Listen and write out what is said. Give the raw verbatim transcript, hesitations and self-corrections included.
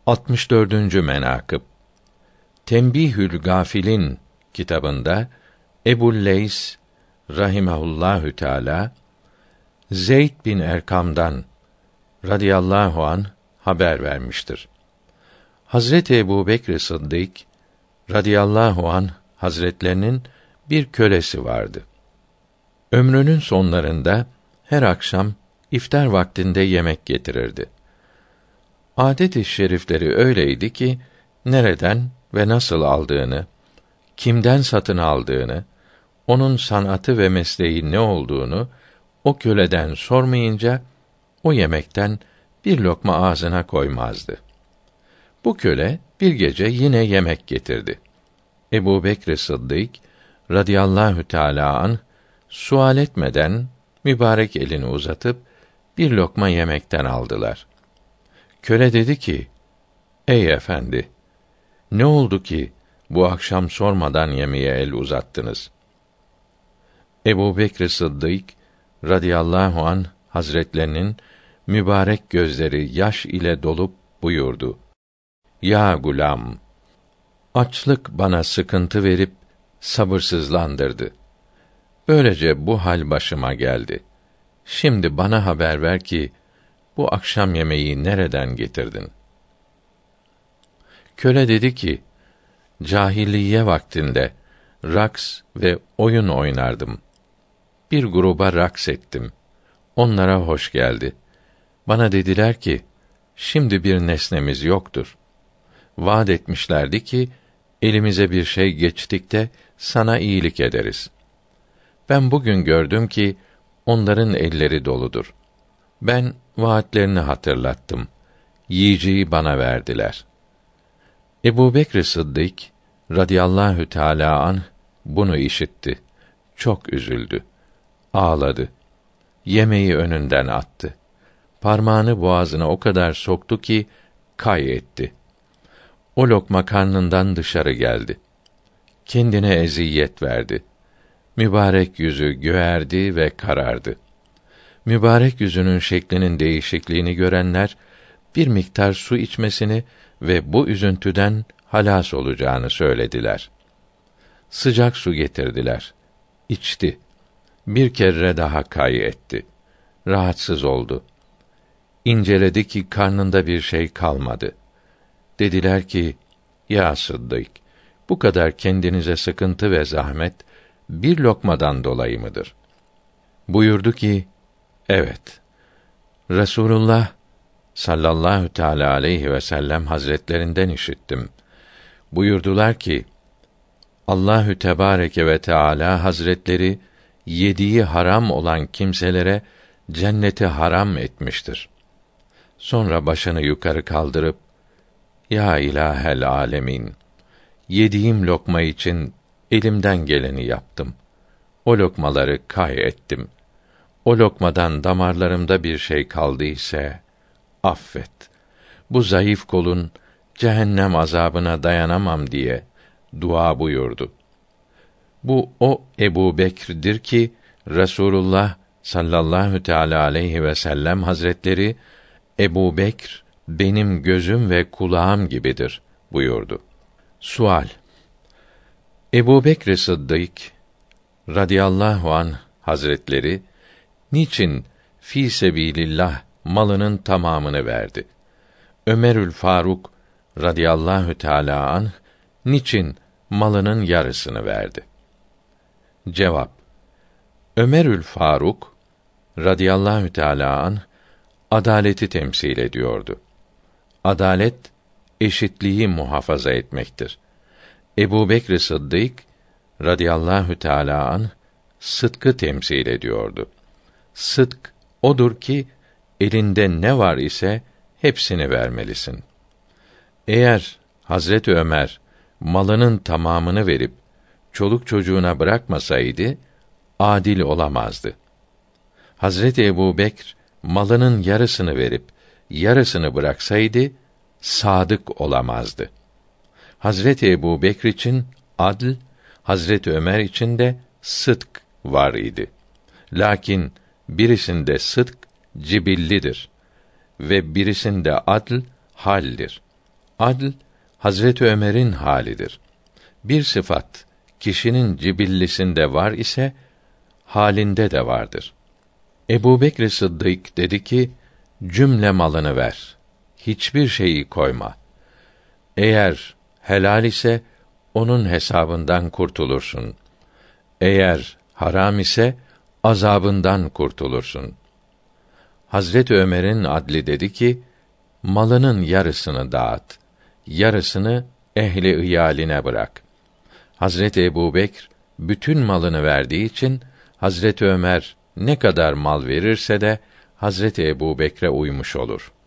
altmış dördüncü menakıb Tembihül Gafilin kitabında Ebu'l-Leys rahimehullahü teâlâ Zeyd bin Erkam'dan radıyallahu anh haber vermiştir. Hazreti Ebubekr Sıddık radıyallahu anh hazretlerinin bir kölesi vardı. Ömrünün sonlarında her akşam iftar vaktinde yemek getirirdi. Âdet-i şerifleri öyleydi ki nereden ve nasıl aldığını, kimden satın aldığını, onun sanatı ve mesleği ne olduğunu o köleden sormayınca o yemekten bir lokma ağzına koymazdı. Bu köle bir gece yine yemek getirdi. Ebubekr Sıddık radıyallahu teâlâ anh sual etmeden mübarek elini uzatıp bir lokma yemekten aldılar. Köle dedi ki: "Ey efendi, ne oldu ki bu akşam sormadan yemeğe el uzattınız?" Ebubekr Sıddık radıyallahu anh hazretlerinin mübarek gözleri yaş ile dolup buyurdu: "Ya gulam, açlık bana sıkıntı verip sabırsızlandırdı. Böylece bu hal başıma geldi. Şimdi bana haber ver ki bu akşam yemeği nereden getirdin?" Köle dedi ki: "Cahiliye vaktinde raks ve oyun oynardım. Bir gruba raks ettim. Onlara hoş geldi. Bana dediler ki, şimdi bir nesnemiz yoktur. Vaad etmişlerdi ki, elimize bir şey geçtikte sana iyilik ederiz. Ben bugün gördüm ki, onların elleri doludur. Ben vaatlerini hatırlattım. Yiyeceği bana verdiler." Ebubekr Sıddık radıyallahu teâlâ anh bunu işitti. Çok üzüldü. Ağladı. Yemeği önünden attı. Parmağını boğazına o kadar soktu ki kay etti. O lokma karnından dışarı geldi. Kendine eziyet verdi. Mübarek yüzü göğerdi ve karardı. Mübarek yüzünün şeklinin değişikliğini görenler bir miktar su içmesini ve bu üzüntüden halâs olacağını söylediler. Sıcak su getirdiler. İçti. Bir kere daha kay etti. Rahatsız oldu. İnceledi ki karnında bir şey kalmadı. Dediler ki: "Ya Sıddık, bu kadar kendinize sıkıntı ve zahmet bir lokmadan dolayı mıdır?" Buyurdu ki: "Evet. Resulullah sallallahu teâlâ aleyhi ve sellem hazretlerinden işittim. Buyurdular ki: Allahü Tebareke ve Teâlâ Hazretleri yediği haram olan kimselere cenneti haram etmiştir." Sonra başını yukarı kaldırıp: "Ya ilâhel âlemin, yediğim lokma için elimden geleni yaptım. O lokmaları kay ettim. O lokmadan damarlarımda bir şey kaldıysa affet. Bu zayıf kolun cehennem azabına dayanamam" diye dua buyurdu. Bu o Ebubekir'dir ki Resulullah sallallahu teâlâ aleyhi ve sellem hazretleri Ebubekr benim gözüm ve kulağım gibidir buyurdu. Sual: Ebubekr Sıddık radıyallahu anh hazretleri niçin fî sebîlillah malının tamamını verdi? Ömerül Faruk radıyallahu teâlâ anh niçin malının yarısını verdi? Cevap: Ömerül Faruk radıyallahu teâlâ anh adaleti temsil ediyordu. Adalet eşitliği muhafaza etmektir. Ebubekr Sıddık radıyallahu teâlâ anh sıdkı temsil ediyordu. Sıdk odur ki elinde ne var ise hepsini vermelisin. Eğer Hazreti Ömer malının tamamını verip çoluk çocuğuna bırakmasaydı adil olamazdı. Hazreti Ebubekr malının yarısını verip yarısını bıraksaydı sadık olamazdı. Hazreti Ebubekr için adl, Hazreti Ömer için de sıdk var idi. Lakin birisinde sıdk cibillidir ve birisinde adl haldir. Adl, Hazreti Ömer'in halidir. Bir sıfat kişinin cibillisinde var ise halinde de vardır. Ebubekr Sıddık dedi ki: cümle malını ver. Hiçbir şeyi koyma. Eğer helal ise onun hesabından kurtulursun. Eğer haram ise azabından kurtulursun. Hazreti Ömer'in adli dedi ki: malının yarısını dağıt, yarısını ehli iyaline bırak. Hazreti Ebubekr bütün malını verdiği için Hazreti Ömer ne kadar mal verirse de Hazreti Ebubekr'e uymuş olur.